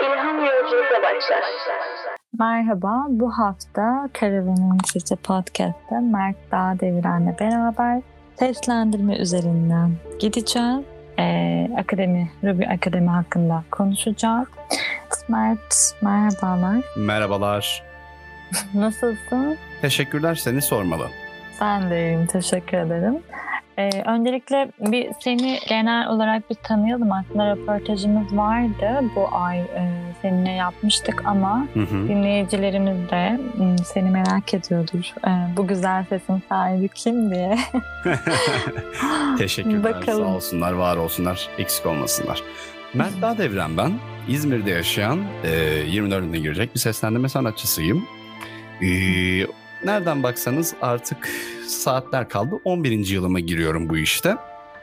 ilham yolculukla başlar. Merhaba, bu hafta Karavan'ın Sesi Podcast'ta Mert Dağdeviren'le beraber seslendirme üzerinden gideceğiz. Ruby Akademi hakkında konuşacağız. Mert, merhabalar. Merhabalar. Nasılsın? Teşekkürler, seni sormalı. Ben de iyiyim, teşekkür ederim. Öncelikle seni genel olarak bir tanıyalım. Aslında röportajımız vardı. Bu ay seninle yapmıştık ama dinleyicilerimiz de seni merak ediyordur. Bu güzel sesin sahibi kim diye. Teşekkürler, Bakalım. Sağ olsunlar, var olsunlar, eksik olmasınlar. Mert Dağdeviren ben. İzmir'de yaşayan 24'üne girecek bir seslendirme sanatçısıyım. Nereden baksanız artık saatler kaldı. 11. yılıma giriyorum bu işte.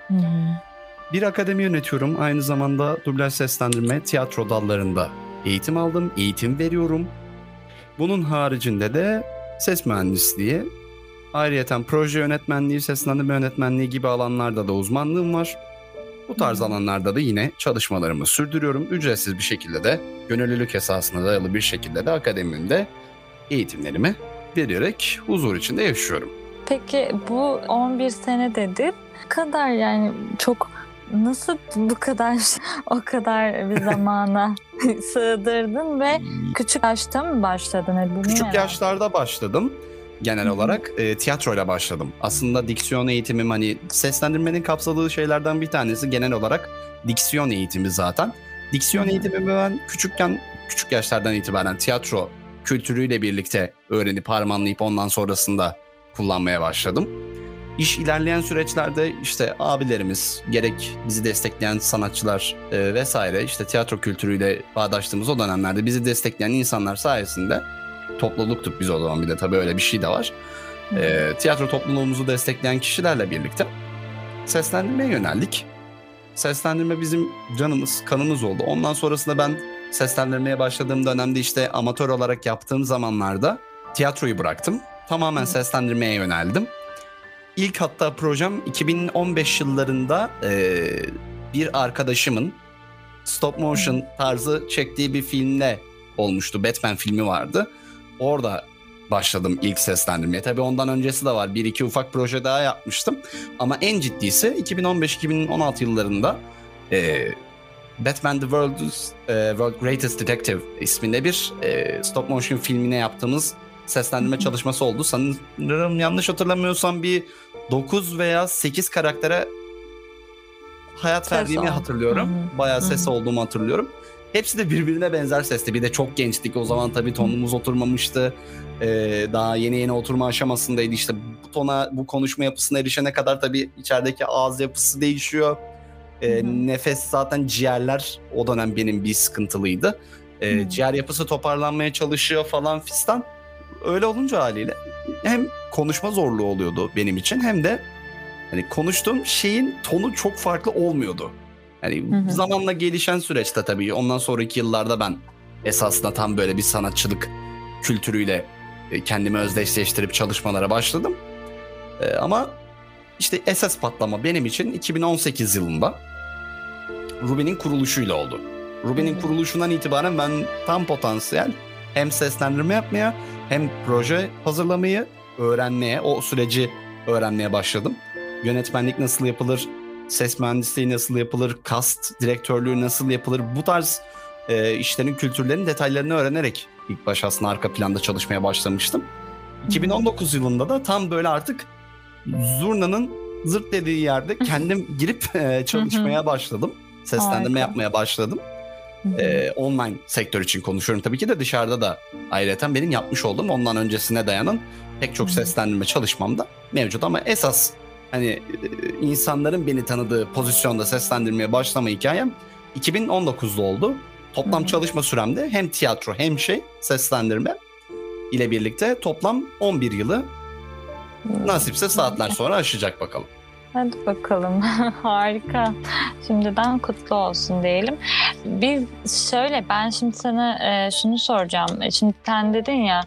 Bir akademi yönetiyorum. Aynı zamanda dublaj seslendirme, tiyatro dallarında eğitim aldım. Eğitim veriyorum. Bunun haricinde de ses mühendisliği, ayrıyeten proje yönetmenliği, seslendirme yönetmenliği gibi alanlarda da uzmanlığım var. Bu tarz alanlarda da yine çalışmalarımı sürdürüyorum. Ücretsiz bir şekilde de, gönüllülük esasına dayalı bir şekilde de akademimde eğitimlerimi vererek huzur içinde yaşıyorum. Peki bu 11 sene dedin. kadar yani çok nasıl bu kadar o kadar bir zamana sığdırdın ve küçük yaşta mı başladın? Küçük yaşlarda başladım. Genel olarak tiyatroyla başladım. Aslında diksiyon eğitimim, hani seslendirmenin kapsadığı şeylerden bir tanesi genel olarak diksiyon eğitimi zaten. Diksiyon eğitimimi ben küçük yaşlardan itibaren tiyatro kültürüyle birlikte öğrenip harmanlayıp ondan sonrasında kullanmaya başladım. İş ilerleyen süreçlerde işte abilerimiz, gerek bizi destekleyen sanatçılar vesaire, işte tiyatro kültürüyle bağdaştığımız o dönemlerde bizi destekleyen insanlar sayesinde, topluluktuk biz o zaman, bir de tabii öyle bir şey de var. Tiyatro topluluğumuzu destekleyen kişilerle birlikte seslendirmeye yöneldik. Seslendirme bizim canımız, kanımız oldu. Ondan sonrasında ben seslendirmeye başladığım dönemde, işte amatör olarak yaptığım zamanlarda tiyatroyu bıraktım. Tamamen seslendirmeye yöneldim. İlk hatta projem 2015 yıllarında bir arkadaşımın stop motion tarzı çektiği bir filmle olmuştu. Batman filmi vardı. Orada başladım ilk seslendirmeye. Tabii ondan öncesi de var. Bir iki ufak proje daha yapmıştım. Ama en ciddisi 2015-2016 yıllarında Batman The World Greatest Detective isminde bir stop motion filmine yaptığımız seslendirme çalışması oldu. Sanırım yanlış hatırlamıyorsam bir 9 veya 8 karaktere hayat verdiğimi hatırlıyorum. Bayağı ses olduğumu hatırlıyorum. Hepsi de birbirine benzer sesti. Bir de çok gençtik o zaman, tabii tonumuz oturmamıştı. Daha yeni oturma aşamasındaydı. İşte bu tona, bu konuşma yapısına erişene kadar tabii içerideki ağız yapısı değişiyor. Nefes, zaten ciğerler o dönem benim bir sıkıntılıydı. Ciğer yapısı toparlanmaya çalışıyor falan fistan. Öyle olunca haliyle hem konuşma zorluğu oluyordu benim için, hem de hani konuştuğum şeyin tonu çok farklı olmuyordu. Yani zamanla gelişen süreçte tabii ondan sonraki yıllarda ben esasında tam böyle bir sanatçılık kültürüyle kendimi özdeşleştirip çalışmalara başladım. Ama işte esas patlama benim için 2018 yılında Ruby'nin kuruluşuyla oldu. Ruby'nin kuruluşundan itibaren ben tam potansiyel hem seslendirme yapmaya hem proje hazırlamayı öğrenmeye, o süreci öğrenmeye başladım. Yönetmenlik nasıl yapılır, ses mühendisliği nasıl yapılır, cast direktörlüğü nasıl yapılır, bu tarz işlerin, kültürlerin detaylarını öğrenerek ilk başta aslında arka planda çalışmaya başlamıştım. 2019 yılında da tam böyle artık zurnanın zırt dediği yerde kendim girip çalışmaya başladım. Seslendirme yapmaya başladım. Online sektör için konuşuyorum tabii ki de, dışarıda da ayrıca benim yapmış olduğum, ondan öncesine dayanan pek çok seslendirme çalışmam da mevcut. Ama esas hani insanların beni tanıdığı pozisyonda seslendirmeye başlama hikayem 2019'da oldu. Toplam çalışma süremde hem tiyatro hem seslendirme ile birlikte toplam 11 yılı nasipse saatler sonra aşacak bakalım. Hadi bakalım. Harika. Şimdiden kutlu olsun diyelim. Ben şimdi sana şunu soracağım. Şimdi sen dedin ya,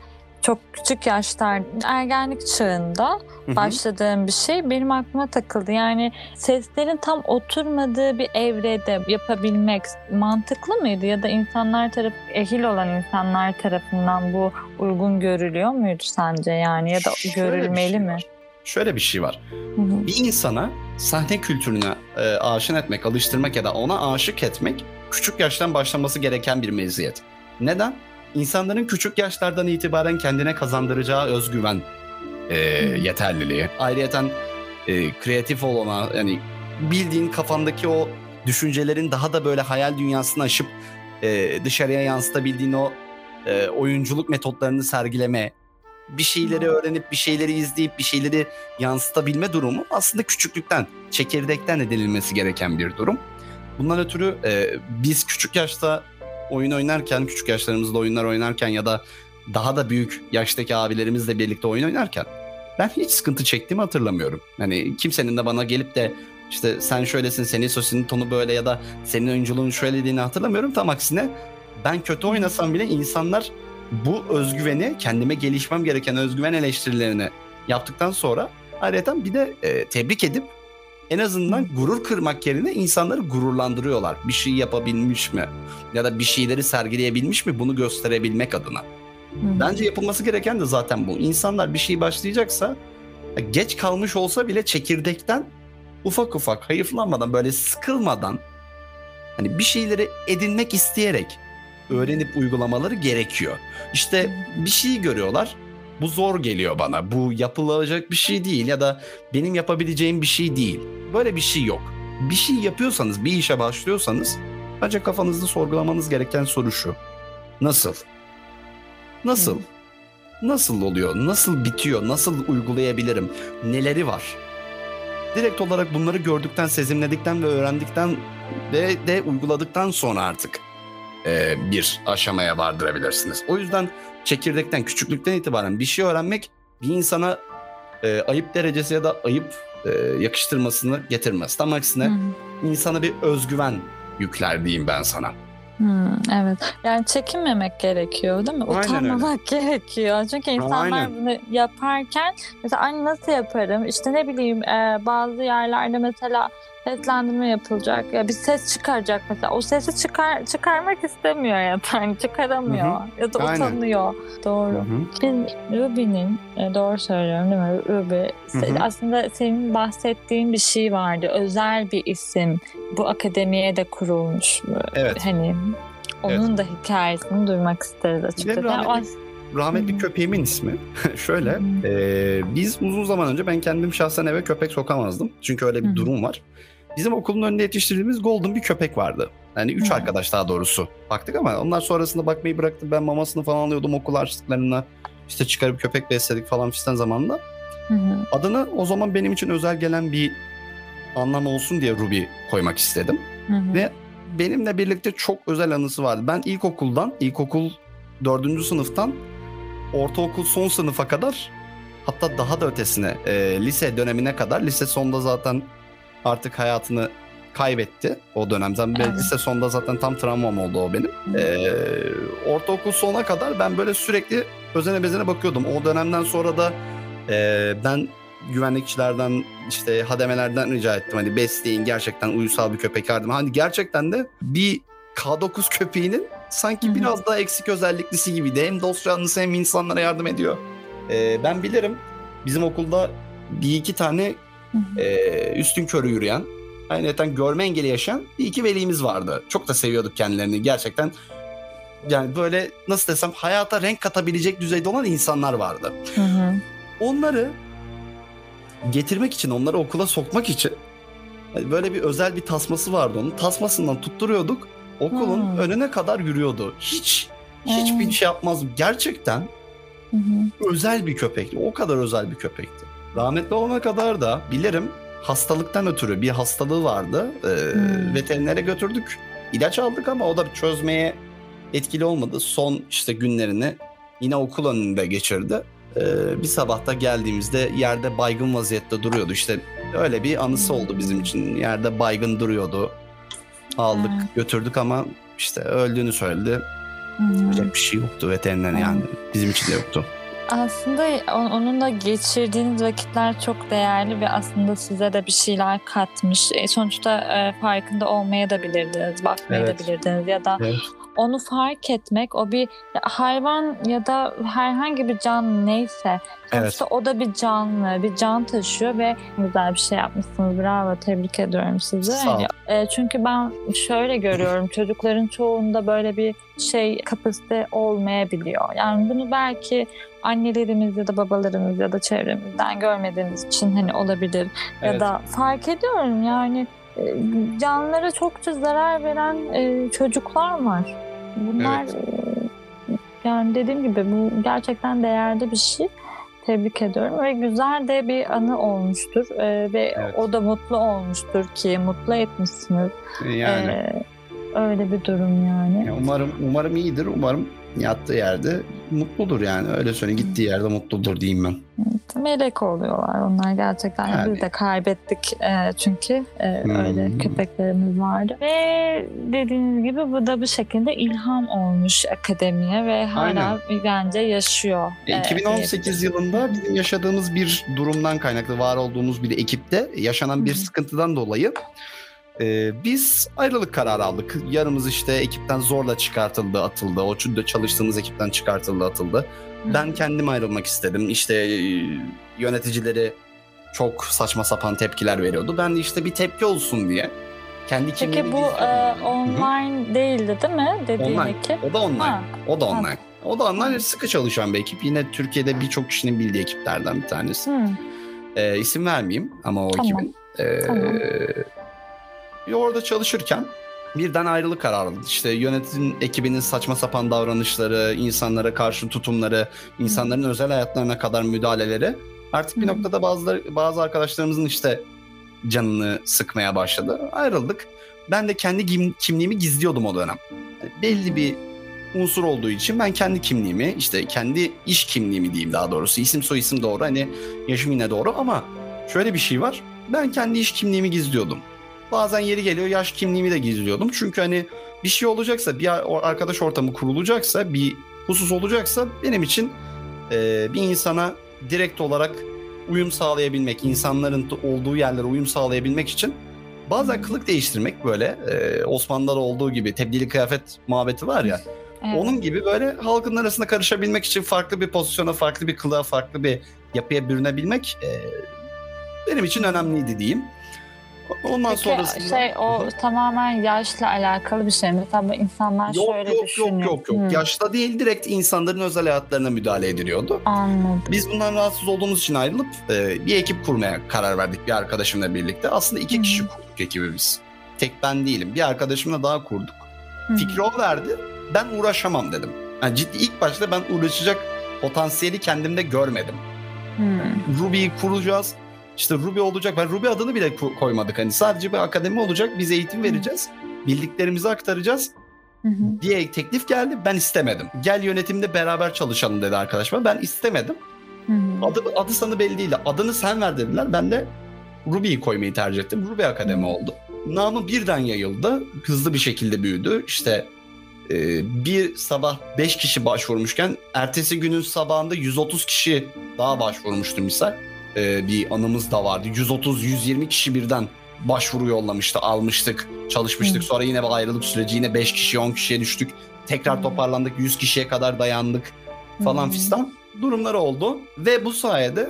çok küçük yaşlar, ergenlik çağında başladığım bir şey benim aklıma takıldı. Yani seslerin tam oturmadığı bir evrede yapabilmek mantıklı mıydı? Ya da ehil olan insanlar tarafından bu uygun görülüyor muydu sence yani? Ya da görülmeli mi? Şöyle bir şey var. Bir insana sahne kültürüne aşina etmek, alıştırmak ya da ona aşık etmek küçük yaştan başlaması gereken bir meziyet. Neden? İnsanların küçük yaşlardan itibaren kendine kazandıracağı özgüven yeterliliği. Ayrıyeten kreatif olana, yani bildiğin kafandaki o düşüncelerin daha da böyle hayal dünyasını aşıp dışarıya yansıtabildiğin o oyunculuk metotlarını sergileme, bir şeyleri öğrenip, bir şeyleri izleyip, bir şeyleri yansıtabilme durumu aslında küçüklükten, çekirdekten edinilmesi gereken bir durum. Bundan ötürü biz küçük yaşta oyun oynarken, küçük yaşlarımızda oyunlar oynarken ya da daha da büyük yaştaki abilerimizle birlikte oyun oynarken ben hiç sıkıntı çektiğimi hatırlamıyorum. Hani kimsenin de bana gelip de işte sen şöylesin, senin sesinin tonu böyle ya da senin oyunculuğun şöyle dediğini hatırlamıyorum. Tam aksine ben kötü oynasam bile insanlar bu özgüveni, kendime gelişmem gereken özgüven eleştirilerini yaptıktan sonra ayrıca bir de tebrik edip en azından gurur kırmak yerine insanları gururlandırıyorlar. Bir şey yapabilmiş mi? Ya da bir şeyleri sergileyebilmiş mi? Bunu gösterebilmek adına. Bence yapılması gereken de zaten bu. İnsanlar bir şey başlayacaksa geç kalmış olsa bile çekirdekten ufak ufak hayıflanmadan, böyle sıkılmadan hani bir şeyleri edinmek isteyerek öğrenip uygulamaları gerekiyor. İşte bir şey görüyorlar. Bu zor geliyor bana. Bu yapılacak bir şey değil ya da benim yapabileceğim bir şey değil. Böyle bir şey yok. Bir şey yapıyorsanız, bir işe başlıyorsanız bence kafanızda sorgulamanız gereken soru şu. Nasıl? Nasıl? Nasıl oluyor? Nasıl bitiyor? Nasıl uygulayabilirim? Neleri var? Direkt olarak bunları gördükten, sezimledikten ve öğrendikten ve de uyguladıktan sonra artık bir aşamaya vardırabilirsiniz. O yüzden çekirdekten, küçüklükten itibaren bir şey öğrenmek bir insana ayıp derecesi ya da ayıp yakıştırmasını getirmez. Tam aksine insana bir özgüven yükler diyeyim ben sana. Evet. Yani çekinmemek gerekiyor değil mi? Aynen Utanmamak gerekiyor. Çünkü insanlar bunu yaparken mesela nasıl yaparım? İşte ne bileyim bazı yerlerde mesela seslendirme yapılacak. Ya bir ses çıkaracak mesela. O sesi çıkarmak istemiyor ya da çıkaramıyor. Ya da utanıyor. Doğru. Ruby'nin doğru söylüyorum değil mi? Ruby aslında senin bahsettiğin bir şey vardı. Özel bir isim. Bu akademiye de kurulmuş. Evet. Hani onun da hikayesini duymak isteriz açıkçası. Rahmetli köpeğimin ismi. Şöyle, biz uzun zaman önce ben kendim şahsen eve köpek sokamazdım. Çünkü öyle bir durum var. Bizim okulun önünde yetiştirdiğimiz golden bir köpek vardı. Yani 3 arkadaş daha doğrusu baktık ama onlar sonrasında bakmayı bıraktı. Ben mamasını falan alıyordum okul harçlıklarına. İşte çıkarıp köpek besledik falan fistan zamanında. Adını o zaman benim için özel gelen bir anlam olsun diye Ruby koymak istedim. Ve benimle birlikte çok özel anısı vardı. Ben ilkokul 4. sınıftan ortaokul son sınıfa kadar, hatta daha da ötesine lise dönemine kadar, lise sonunda zaten artık hayatını kaybetti o dönemden. Evet. Lise sonunda zaten tam travmam oldu o benim. Ortaokul sonuna kadar ben böyle sürekli özene bezene bakıyordum. O dönemden sonra da ben güvenlikçilerden, işte hademelerden rica ettim. Hani besleyin, gerçekten uysal bir köpek yardım. Hani gerçekten de bir K9 köpeğinin sanki biraz daha eksik özelliklisi gibiydi. Hem dost canlısı hem insanlara yardım ediyor. Ben bilirim bizim okulda bir iki tane üstün körü yürüyen, ayrıca görme engeli yaşayan bir iki velimiz vardı. Çok da seviyorduk kendilerini gerçekten. Yani böyle nasıl desem hayata renk katabilecek düzeyde olan insanlar vardı. Onları getirmek için, onları okula sokmak için böyle bir özel bir tasması vardı onun. Tasmasından tutturuyorduk. Okulun önüne kadar yürüyordu. Hiçbir şey yapmaz. Gerçekten özel bir köpekti. O kadar özel bir köpekti. Rahmetli olana kadar da bilirim hastalıktan ötürü bir hastalığı vardı. Veterinere götürdük. İlaç aldık ama o da çözmeye etkili olmadı. Son işte günlerini yine okul önünde geçirdi. Bir sabah da geldiğimizde yerde baygın vaziyette duruyordu. İşte öyle bir anısı oldu bizim için. Yerde baygın duruyordu. Aldık, götürdük ama işte öldüğünü söyledi. Yapacak bir şey yoktu veteriner yani. Bizim için de yoktu. Aslında onunla geçirdiğiniz vakitler çok değerli ve aslında size de bir şeyler katmış. Sonuçta farkında olmaya da bilirdiniz, bakmaya da bilirdiniz ya da onu fark etmek, o bir hayvan ya da herhangi bir canlı neyse sonuçta o da bir canlı, bir can taşıyor ve güzel bir şey yapmışsınız. Bravo, tebrik ediyorum sizi. Çünkü ben şöyle görüyorum, çocukların çoğunda böyle bir kapasite olmayabiliyor. Yani bunu belki annelerimiz ya da babalarımız ya da çevremizden görmediğimiz için hani olabilir. Ya da fark ediyorum yani canlılara çokça zarar veren çocuklar var. Bunlar yani dediğim gibi bu gerçekten değerli bir şey. Tebrik ediyorum ve güzel de bir anı olmuştur ve o da mutlu olmuştur ki mutlu etmişsiniz. Yani öyle bir durum yani. Umarım iyidir. Umarım yattığı yerde mutludur yani. Öyle söyleyeyim. Gittiği yerde mutludur diyeyim ben. Melek oluyorlar onlar gerçekten. Yani biz de kaybettik çünkü öyle köpeklerimiz vardı. Ve dediğiniz gibi bu da bu şekilde ilham olmuş akademiye ve hala bence yaşıyor. 2018 yılında bizim yaşadığımız bir durumdan kaynaklı var olduğumuz bir ekipte yaşanan bir sıkıntıdan dolayı biz ayrılık kararı aldık. Yarımız işte ekipten zorla çıkartıldı, atıldı. O çalıştığımız ekipten çıkartıldı, atıldı. Ben kendim ayrılmak istedim. İşte yöneticileri çok saçma sapan tepkiler veriyordu. Ben de işte bir tepki olsun diye kendi kimliğimi Peki bu online değildi değil mi? Dediğin online. ekip. O da online. O da online. O da online sıkı çalışan bir ekip. Yine Türkiye'de birçok kişinin bildiği ekiplerden bir tanesi. İsim vermeyeyim ama o ekibin. Orada çalışırken birden ayrılık kararı aldı. İşte yönetim ekibinin saçma sapan davranışları, insanlara karşı tutumları, insanların özel hayatlarına kadar müdahaleleri artık bir noktada bazı arkadaşlarımızın işte canını sıkmaya başladı. Ayrıldık. Ben de kendi kimliğimi gizliyordum o dönem. Belli bir unsur olduğu için ben kendi kimliğimi, işte kendi iş kimliğimi diyeyim daha doğrusu. İsim soyisim doğru, hani yaşım yine doğru ama şöyle bir şey var. Ben kendi iş kimliğimi gizliyordum. Bazen yeri geliyor yaş kimliğimi de gizliyordum. Çünkü hani bir şey olacaksa, bir arkadaş ortamı kurulacaksa, bir husus olacaksa benim için bir insana direkt olarak uyum sağlayabilmek, insanların olduğu yerlere uyum sağlayabilmek için bazen kılık değiştirmek böyle Osmanlı'da olduğu gibi tebdili kıyafet muhabbeti var ya. Onun gibi böyle halkın arasında karışabilmek için farklı bir pozisyona, farklı bir kılığa, farklı bir yapıya bürünebilmek benim için önemliydi diyeyim. Ondan sonrasında... o tamamen yaşla alakalı bir şey mi? Tabii insanlar şöyle düşünüyor. Yok. Yaşta değil, direkt insanların özel hayatlarına müdahale ediliyordu. Anladım. Biz bundan rahatsız olduğumuz için ayrılıp bir ekip kurmaya karar verdik bir arkadaşımla birlikte. Aslında 2 kişi kurduk ekibi biz. Tek ben değilim. Bir arkadaşımla daha kurduk. Fikri o verdi. Ben uğraşamam dedim. Yani ciddi ilk başta ben uğraşacak potansiyeli kendimde görmedim. Ruby'yi kuracağız. İşte Ruby olacak. Ben Ruby adını bile koymadık. Hani sadece bir akademi olacak. Biz eğitim vereceğiz. Bildiklerimizi aktaracağız diye teklif geldi. Ben istemedim. Gel yönetimde beraber çalışalım dedi arkadaşlar. Ben istemedim. Adı sanı belli değildi. Adını sen ver dediler. Ben de Ruby'yi koymayı tercih ettim. Ruby Akademi oldu. Namı birden yayıldı. Hızlı bir şekilde büyüdü. İşte bir sabah 5 kişi başvurmuşken ertesi günün sabahında 130 kişi daha başvurmuştu misal. Bir anımız da vardı. 130-120 kişi birden başvuru yollamıştı, almıştık, çalışmıştık. Sonra yine bir ayrılık süreci, yine 5 kişiye 10 kişiye düştük. Tekrar toparlandık, 100 kişiye kadar dayandık falan fistan durumlar oldu. Ve bu sayede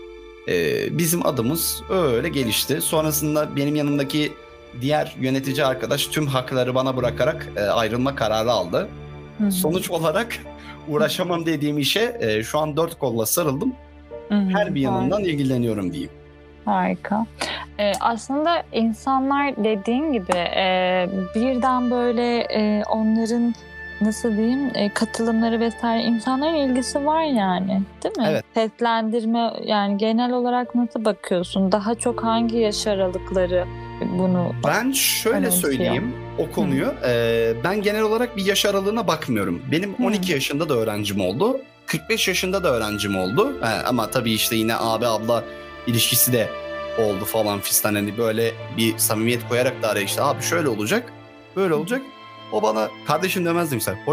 bizim adımız öyle gelişti. Sonrasında benim yanımdaki diğer yönetici arkadaş tüm hakları bana bırakarak ayrılma kararı aldı. Sonuç olarak uğraşamam dediğim işe şu an 4 kolla sarıldım. Her bir yanından ilgileniyorum diyeyim. Harika. Aslında insanlar dediğin gibi birden böyle onların nasıl diyeyim katılımları vesaire insanların ilgisi var yani değil mi? Evet. Seslendirme yani genel olarak nasıl bakıyorsun? Daha çok hangi yaş aralıkları bunu Ben şöyle söyleyeyim o konuyu. Ben genel olarak bir yaş aralığına bakmıyorum. Benim 12 yaşında da öğrencim oldu. 45 yaşında da öğrencim oldu. Ama tabii işte yine abi abla ilişkisi de oldu falan fistan. Hani böyle bir samimiyet koyarak da araya işte abi şöyle olacak, böyle olacak. O bana kardeşim demezdi misal. Hocam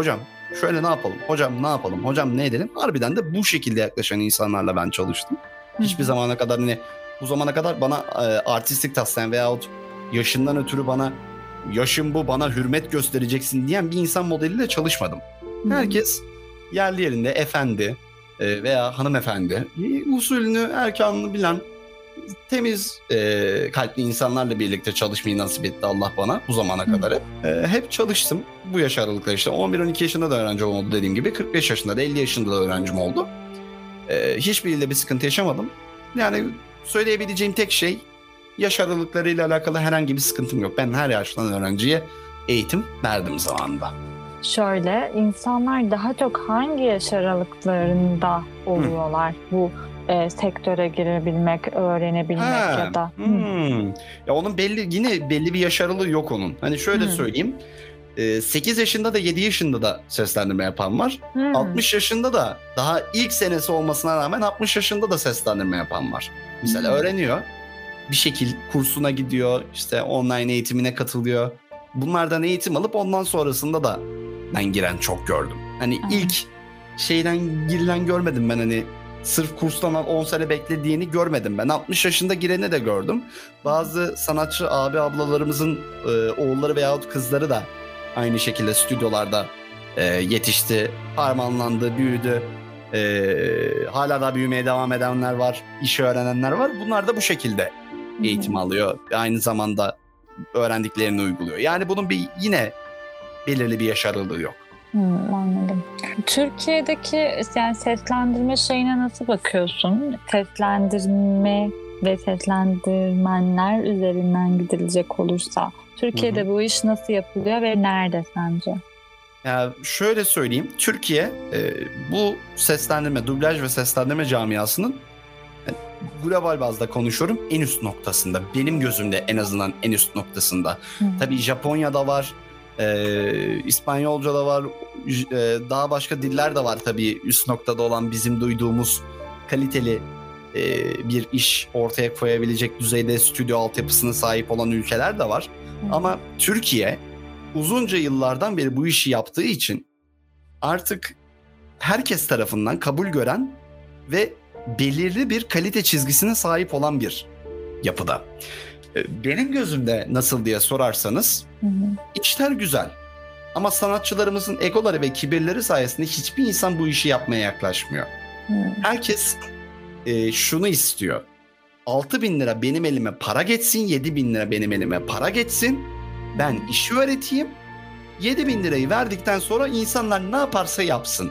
Şöyle ne yapalım? Hocam ne yapalım? Hocam ne edelim? Harbiden de bu şekilde yaklaşan insanlarla ben çalıştım. Hiçbir zamana kadar bu zamana kadar bana artistik taslayan veyahut yaşından ötürü bana yaşım bu, bana hürmet göstereceksin diyen bir insan modeliyle çalışmadım. Herkes yerli yerinde efendi veya hanımefendi, usulünü, erkanını bilen temiz kalpli insanlarla birlikte çalışmayı nasip etti Allah bana bu zamana kadar. Hep çalıştım bu yaş aralıkları, işte 11-12 yaşında da öğrencim oldu dediğim gibi, 45 yaşında da 50 yaşında da öğrencim oldu. Hiçbiriyle bir sıkıntı yaşamadım. Yani söyleyebileceğim tek şey, yaş aralıklarıyla alakalı herhangi bir sıkıntım yok. Ben her yaştan öğrenciye eğitim verdim zamanında. Şöyle, insanlar daha çok hangi yaş aralıklarında oluyorlar bu sektöre girebilmek, öğrenebilmek ya da? Ya onun belli bir yaş aralığı yok onun. Hani şöyle söyleyeyim. 8 yaşında da 7 yaşında da seslendirme yapan var. 60 yaşında da, daha ilk senesi olmasına rağmen 60 yaşında da seslendirme yapan var. Mesela öğreniyor. Bir şekil kursuna gidiyor, işte online eğitimine katılıyor. Bunlardan eğitim alıp ondan sonrasında da ben giren çok gördüm. Hani ilk şeyden girilen görmedim ben, hani sırf kurstan 10 sene beklediğini görmedim ben. 60 yaşında gireni de gördüm. Bazı sanatçı abi ablalarımızın oğulları veyahut kızları da aynı şekilde stüdyolarda yetişti, harmanlandı, büyüdü. Hala da büyümeye devam edenler var, işi öğrenenler var. Bunlar da bu şekilde eğitim alıyor. Aynı zamanda öğrendiklerini uyguluyor. Yani bunun yine belirli bir yaş aralığı yok. Anladım. Türkiye'deki yani seslendirme şeyine nasıl bakıyorsun? Seslendirme ve seslendirmenler üzerinden gidilecek olursa Türkiye'de bu iş nasıl yapılıyor ve nerede sence? Ya şöyle söyleyeyim, Türkiye bu seslendirme, dublaj ve seslendirme camiasının, global bazda konuşuyorum, en üst noktasında. Benim gözümde en azından en üst noktasında. Tabii Japonya'da var, İspanyolca da var, daha başka diller de var tabii üst noktada olan, bizim duyduğumuz kaliteli bir iş ortaya koyabilecek düzeyde stüdyo altyapısına sahip olan ülkeler de var. Ama Türkiye uzunca yıllardan beri bu işi yaptığı için artık herkes tarafından kabul gören ve belirli bir kalite çizgisine sahip olan bir yapıda. Benim gözümde nasıl diye sorarsanız, işler güzel. Ama sanatçılarımızın egoları ve kibirleri sayesinde hiçbir insan bu işi yapmaya yaklaşmıyor. Herkes şunu istiyor. 6.000 lira benim elime para geçsin, 7.000 lira benim elime para geçsin. Ben işi öğreteyim. 7.000 lirayı verdikten sonra insanlar ne yaparsa yapsın.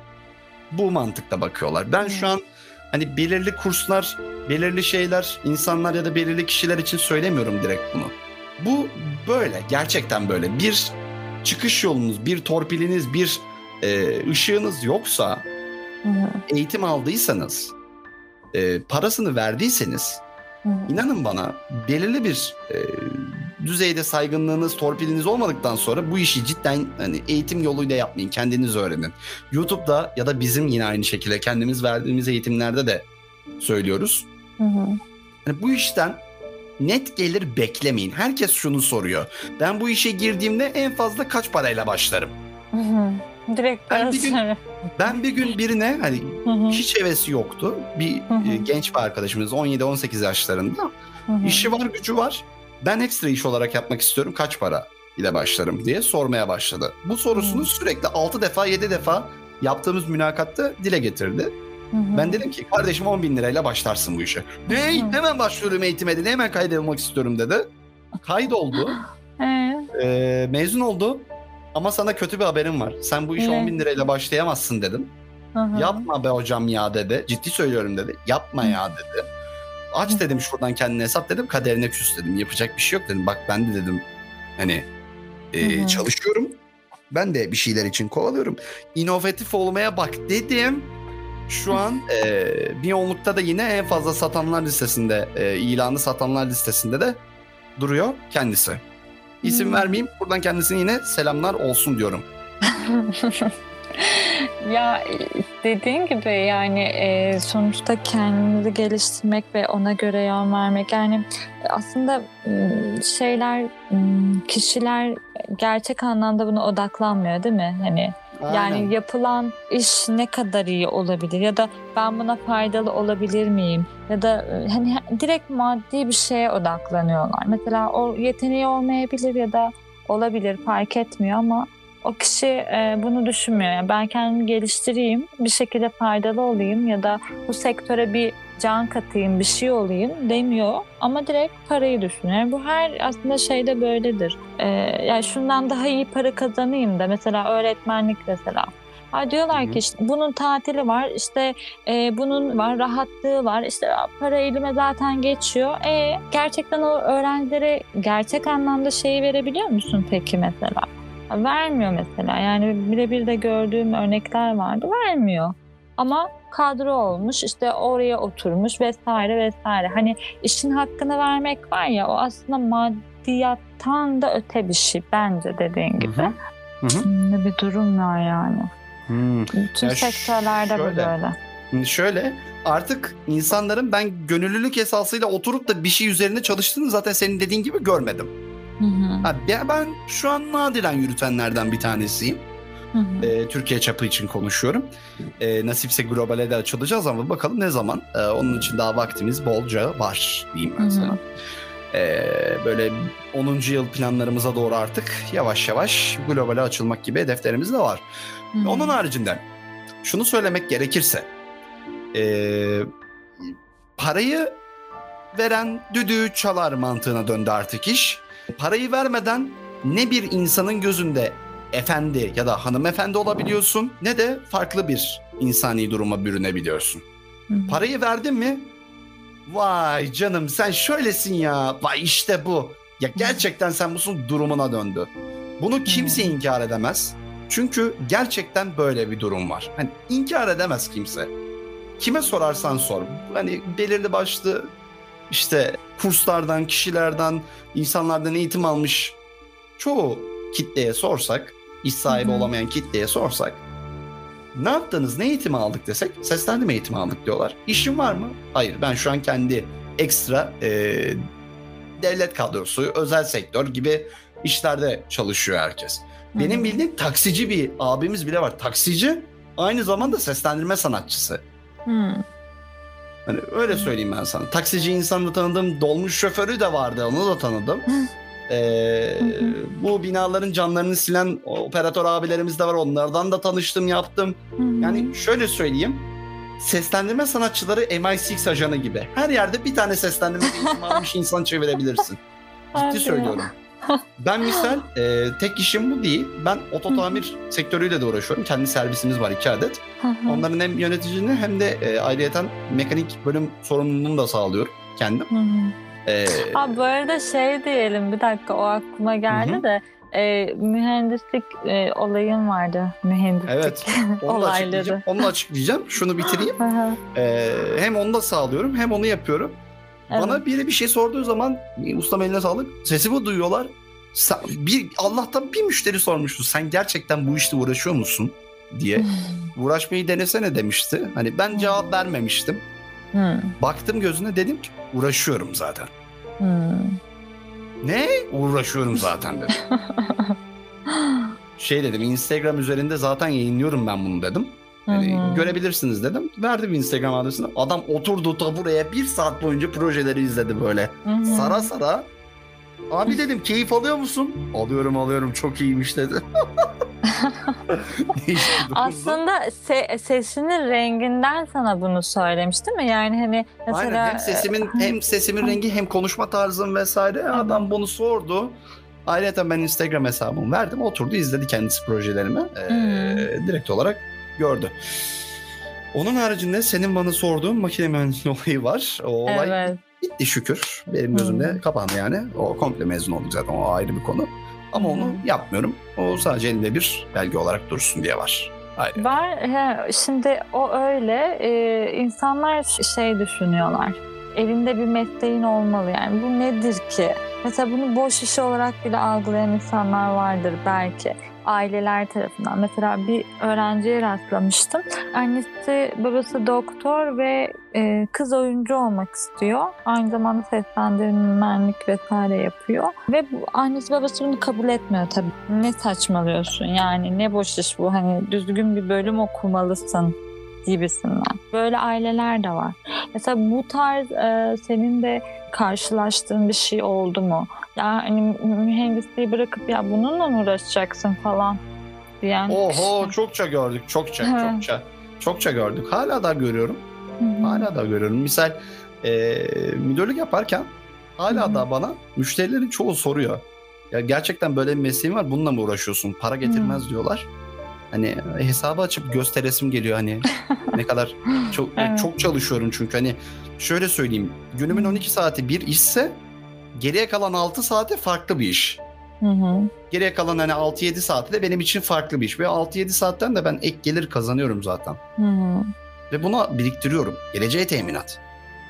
Bu mantıkla bakıyorlar. Ben şu an hani belirli kurslar, belirli şeyler, insanlar ya da belirli kişiler için söylemiyorum direkt bunu. Bu böyle, gerçekten böyle. Bir çıkış yolunuz, bir torpiliniz, bir ışığınız yoksa, eğitim aldıysanız, parasını verdiyseniz, inanın bana, belirli bir düzeyde saygınlığınız, torpiliniz olmadıktan sonra bu işi cidden hani eğitim yoluyla yapmayın, kendiniz öğrenin. YouTube'da ya da bizim yine aynı şekilde kendimiz verdiğimiz eğitimlerde de söylüyoruz. Yani bu işten net gelir beklemeyin. Herkes şunu soruyor: ben bu işe girdiğimde en fazla kaç parayla başlarım? Direkt ben bir gün birine, hani hiç hevesi yoktu, bir genç bir arkadaşımız 17-18 yaşlarında, işi var, gücü var, ben ekstra iş olarak yapmak istiyorum, kaç para ile başlarım diye sormaya başladı. Bu sorusunu sürekli 6 defa 7 defa yaptığımız mülakatta dile getirdi. Ben dedim ki, kardeşim 10.000 lirayla başlarsın bu işe. Hemen başlıyorum eğitime dedi, hemen kaydolmak istiyorum dedi. Kaydoldu. Mezun oldu. Ama sana kötü bir haberim var. Sen bu işe 10.000 lirayla başlayamazsın dedim. Yapma be hocam ya dedi. Ciddi söylüyorum dedi. Yapma ya dedi. Aç dedim şuradan kendine hesap dedim. Kaderine küs dedim. Yapacak bir şey yok dedim. Bak ben de dedim hani çalışıyorum. Ben de bir şeyler için kovalıyorum. İnovatif olmaya bak dedim. Şu an Biyonluk'ta da yine en fazla satanlar listesinde, ilanı satanlar listesinde de duruyor kendisi. İsim vermeyeyim. Buradan kendisine yine selamlar olsun diyorum. Ya dediğin gibi yani sonuçta kendini geliştirmek ve ona göre yön vermek, yani aslında kişiler gerçek anlamda buna odaklanmıyor değil mi? Hani Yani yapılan iş ne kadar iyi olabilir ya da ben buna faydalı olabilir miyim? Ya da hani direkt maddi bir şeye odaklanıyorlar. Mesela o yeteneği olmayabilir ya da olabilir, fark etmiyor ama o kişi bunu düşünmüyor. Yani ben kendimi geliştireyim, bir şekilde faydalı olayım ya da bu sektöre bir can katayım, bir şey olayım demiyor. Ama direkt parayı düşünüyor. Yani bu her aslında şeyde böyledir. Yani şundan daha iyi para kazanayım da mesela öğretmenlik mesela. Diyorlar ki işte bunun tatili var, işte bunun var, rahatlığı var, işte para elime zaten geçiyor. Gerçekten o öğrencilere gerçek anlamda şeyi verebiliyor musun peki mesela? Vermiyor mesela. Yani birebir de gördüğüm örnekler vardı. Vermiyor. Ama kadro olmuş, işte oraya oturmuş vesaire vesaire. Hani işin hakkını vermek var ya, o aslında maddiyattan da öte bir şey bence dediğin gibi. Şimdi bir durum var yani. Bütün sektörlerde bu böyle. Şöyle, artık insanların ben gönüllülük esasıyla oturup da bir şey üzerine çalıştığını zaten senin dediğin gibi görmedim. Ben şu an nadiren yürütenlerden bir tanesiyim. Türkiye çapı için konuşuyorum. Nasipse globale de açılacağız ama bakalım ne zaman. Onun için daha vaktimiz bolca var diyeyim ben sana. Böyle 10. yıl planlarımıza doğru artık yavaş yavaş globale açılmak gibi hedeflerimiz de var. Onun haricinde şunu söylemek gerekirse parayı veren düdüğü çalar mantığına döndü artık iş. Parayı vermeden ne bir insanın gözünde efendi ya da hanımefendi olabiliyorsun ne de farklı bir insani duruma bürünebiliyorsun. Parayı verdin mi? Vay canım sen şöylesin ya. Vay işte bu. Ya gerçekten sen busun durumuna döndü. Bunu kimse inkar edemez. Çünkü gerçekten böyle bir durum var. Hani inkar edemez kimse. Kime sorarsan sor. Hani belirli başlı işte kurslardan, kişilerden, insanlardan eğitim almış çoğu kitleye sorsak, iş sahibi olamayan kitleye sorsak, ne yaptınız, ne eğitimi aldık desek, seslendirme eğitimi aldık diyorlar. İşin var mı? Hayır, ben şu an kendi ekstra devlet kadrosu, özel sektör gibi işlerde çalışıyor herkes. Benim bildiğim taksici bir abimiz bile var. Taksici, aynı zamanda seslendirme sanatçısı. Hani öyle söyleyeyim ben sana. Taksici insanı tanıdım, dolmuş şoförü de vardı, onu da tanıdım. Bu binaların camlarını silen operatör abilerimiz de var, onlardan da tanıştım, yaptım. Yani şöyle söyleyeyim, seslendirme sanatçıları MI6 ajanı gibi. Her yerde bir tane seslendirme eğitimi almış insan çevirebilirsin. Ciddi söylüyorum. Ben misal tek işim bu değil. Ben ototamir sektörüyle de uğraşıyorum. Kendi servisimiz var 2 adet. Onların hem yöneticiliğini hem de ayrıyeten mekanik bölüm sorumluluğunu da sağlıyorum kendim. Bu arada şey diyelim, bir dakika o aklıma geldi de mühendislik olayım vardı. Mühendislik evet, olayları. Onu da açıklayacağım. Şunu bitireyim. Hem onu da sağlıyorum hem onu yapıyorum. Bana biri bir şey sorduğu zaman ustam eline sağlık, sesimi duyuyorlar. Allah'tan bir müşteri sormuştu. Sen gerçekten bu işte uğraşıyor musun diye. Uğraşmayı denesene demişti. Hani ben cevap vermemiştim. Baktım gözüne, dedim ki uğraşıyorum zaten. Ne? Uğraşıyorum zaten dedim. Dedim, Instagram üzerinde zaten yayınlıyorum ben bunu dedim. Yani görebilirsiniz dedim. Verdim Instagram adresini. Adam oturdu tabureye 1 saat boyunca projeleri izledi böyle. Sara sara. Abi dedim, keyif alıyor musun? Alıyorum çok iyiymiş dedi. Aslında sesinin renginden sana bunu söylemiş değil mi? Yani hani mesela... Aynen, hem sesimin rengi hem konuşma tarzım vesaire. Adam bunu sordu. Ayrıca ben Instagram hesabımı verdim. Oturdu izledi kendisi projelerimi. Direkt olarak gördü. Onun haricinde senin bana sorduğun makine mühendisliği olayı var. O olay bitti şükür. Benim gözümde kapandı yani. O komple mezun olduk zaten. O ayrı bir konu. Ama onu yapmıyorum. O sadece elimde bir belge olarak dursun diye var. Ayrı. Var. Şimdi o öyle. İnsanlar şey düşünüyorlar. Elinde bir mesleğin olmalı yani. Bu nedir ki? Mesela bunu boş iş olarak bile algılayan insanlar vardır belki. Aileler tarafından. Mesela bir öğrenciye rastlamıştım. Annesi babası doktor ve kız oyuncu olmak istiyor. Aynı zamanda seslendirmenlik vesaire yapıyor. Ve annesi babası bunu kabul etmiyor tabii. Ne saçmalıyorsun yani, ne boş iş bu, hani düzgün bir bölüm okumalısın gibisinden. Böyle aileler de var. Mesela bu tarz senin de karşılaştığın bir şey oldu mu? Yani mühendisliği bırakıp ya bununla mı uğraşacaksın falan diyen Oho, çokça gördük. Çokça gördük. Hala da görüyorum. Hala da görüyorum. Misal müdürlük yaparken hala da bana müşterilerin çoğu soruyor. Ya gerçekten böyle bir mesleğin var, bununla mı uğraşıyorsun? Para getirmez diyorlar. Hani hesabı açıp gösteresim geliyor, hani ne kadar çok Evet. çok çalışıyorum çünkü. Hani şöyle söyleyeyim, günümün 12 saati bir işse geriye kalan 6 saati farklı bir iş. Geriye kalan hani 6-7 saati de benim için farklı bir iş. Ve 6-7 saatten de ben ek gelir kazanıyorum zaten. Ve buna biriktiriyorum. Geleceğe teminat.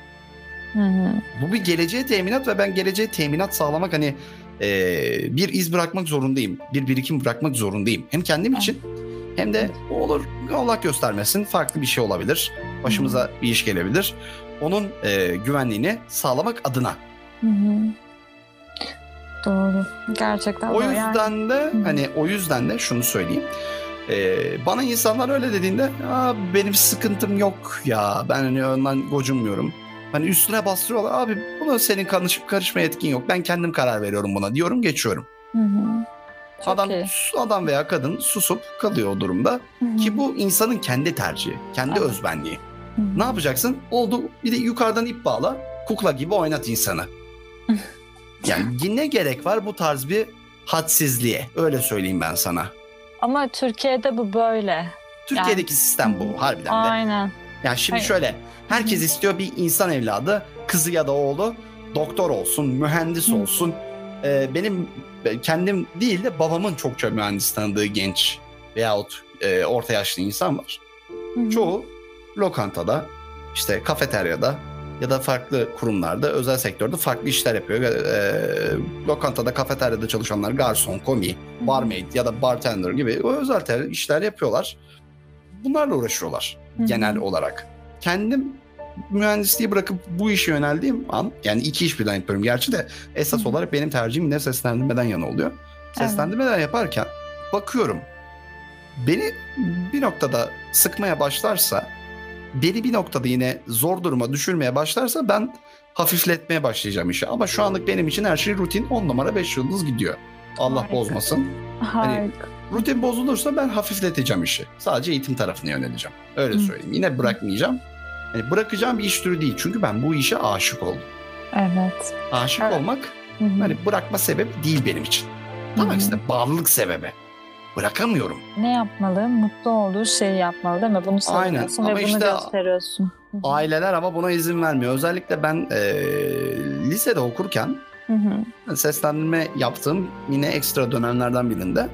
Bu bir geleceğe teminat ve ben geleceğe teminat sağlamak, hani bir iz bırakmak zorundayım. Bir birikim bırakmak zorundayım. Hem kendim için hem de olur, Allah göstermesin, farklı bir şey olabilir. Başımıza bir iş gelebilir. Onun güvenliğini sağlamak adına. Doğru. Gerçekten O doğru. yüzden de hani o yüzden de şunu söyleyeyim. Bana insanlar öyle dediğinde benim sıkıntım yok ya, ben hani ondan gocunmuyorum. Hani üstüne bastırıyorlar, abi buna senin karışma yetkin yok, ben kendim karar veriyorum buna diyorum, geçiyorum. Adam veya kadın susup kalıyor o durumda. Ki bu insanın kendi tercihi, kendi özbenliği. Ne yapacaksın? Oldu, bir de yukarıdan ip bağla, kukla gibi oynat insanı. Yani ne gerek var bu tarz bir hadsizliğe? Öyle söyleyeyim ben sana. Ama Türkiye'de bu böyle. Türkiye'deki sistem bu harbiden de. Aynen. Yani şimdi şöyle, herkes istiyor bir insan evladı, kızı ya da oğlu doktor olsun, mühendis olsun. Benim kendim değil de babamın çokça mühendis tanıdığı genç veyahut orta yaşlı insan var. Çoğu lokantada, işte kafeteryada ya da farklı kurumlarda, özel sektörde farklı işler yapıyor. Lokantada, kafeteryada çalışanlar garson, komi, barmaid ya da bartender gibi o özel işler yapıyorlar. Bunlarla uğraşıyorlar genel olarak. Kendim mühendisliği bırakıp bu işe yöneldiğim an, yani iki iş birden yapıyorum gerçi de, esas olarak benim tercihim yine seslendirmeden yana oluyor. Seslendirmeden yaparken bakıyorum, beni bir noktada sıkmaya başlarsa, beni bir noktada yine zor duruma düşürmeye başlarsa ben hafifletmeye başlayacağım işi. Ama şu anlık benim için her şey rutin, 10 numara 5 yıldız gidiyor. Allah bozmasın. Hani rutin bozulursa ben hafifleteceğim işi. Sadece eğitim tarafına yöneleceğim. Öyle söyleyeyim. Yine bırakmayacağım. Yani bırakacağım bir iş türü değil. Çünkü ben bu işe aşık oldum. Evet. Aşık olmak hani bırakma sebebi değil benim için. Tam aksine bağlılık sebebi. Bırakamıyorum. Ne yapmalı? Mutlu olduğu şeyi yapmalı değil mi? Bunu söylüyorsun ve bunu işte gösteriyorsun. Aileler ama buna izin vermiyor. Özellikle ben lisede okurken seslendirme yaptığım yine ekstra dönemlerden birinde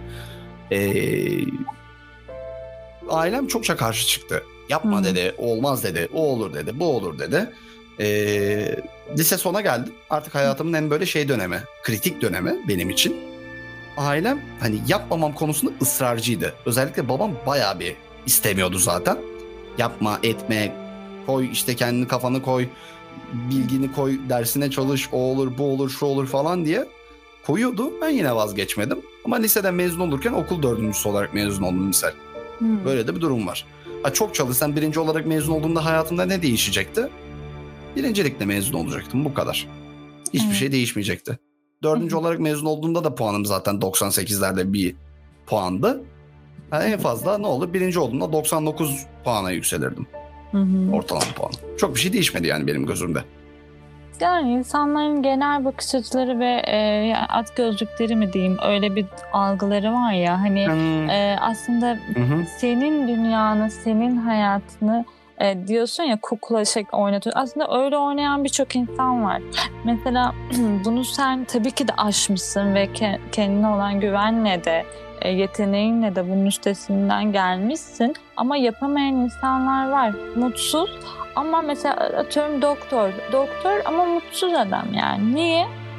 ailem çokça karşı çıktı. Yapma dedi, olmaz dedi, o olur dedi, bu olur dedi. Lise sona geldim. Artık hayatımın en böyle dönemi, kritik dönemi benim için. Ailem hani yapmamam konusunda ısrarcıydı. Özellikle babam bayağı bir istemiyordu zaten. Yapma, etme, koy işte kendini, kafanı koy, bilgini koy, dersine çalış, o olur, bu olur, şu olur falan diye koyuyordu. Ben yine vazgeçmedim. Ama liseden mezun olurken okul dördüncüsü olarak mezun oldum misal. Böyle de bir durum var. Çok çalışsam birinci olarak mezun olduğumda hayatımda ne değişecekti? Birincilikle mezun olacaktım, bu kadar. Hiçbir şey değişmeyecekti. Dördüncü olarak mezun olduğumda da puanım zaten 98'lerde bir puandı. Yani en fazla ne olur? Birinci olduğumda 99 puana yükselirdim. Ortalama puanı. Çok bir şey değişmedi yani benim gözümde. Yani insanların genel bakış açıları ve at gözlükleri mi diyeyim, öyle bir algıları var ya hani aslında senin dünyanı, senin hayatını diyorsun ya, kukla oynatıyor. Aslında öyle oynayan birçok insan var. Mesela bunu sen tabii ki de aşmışsın ve kendine olan güvenle de yeteneğinle de bunun üstesinden gelmişsin. Ama yapamayan insanlar var. Mutsuz ama mesela atıyorum doktor ama mutsuz adam yani. Niye?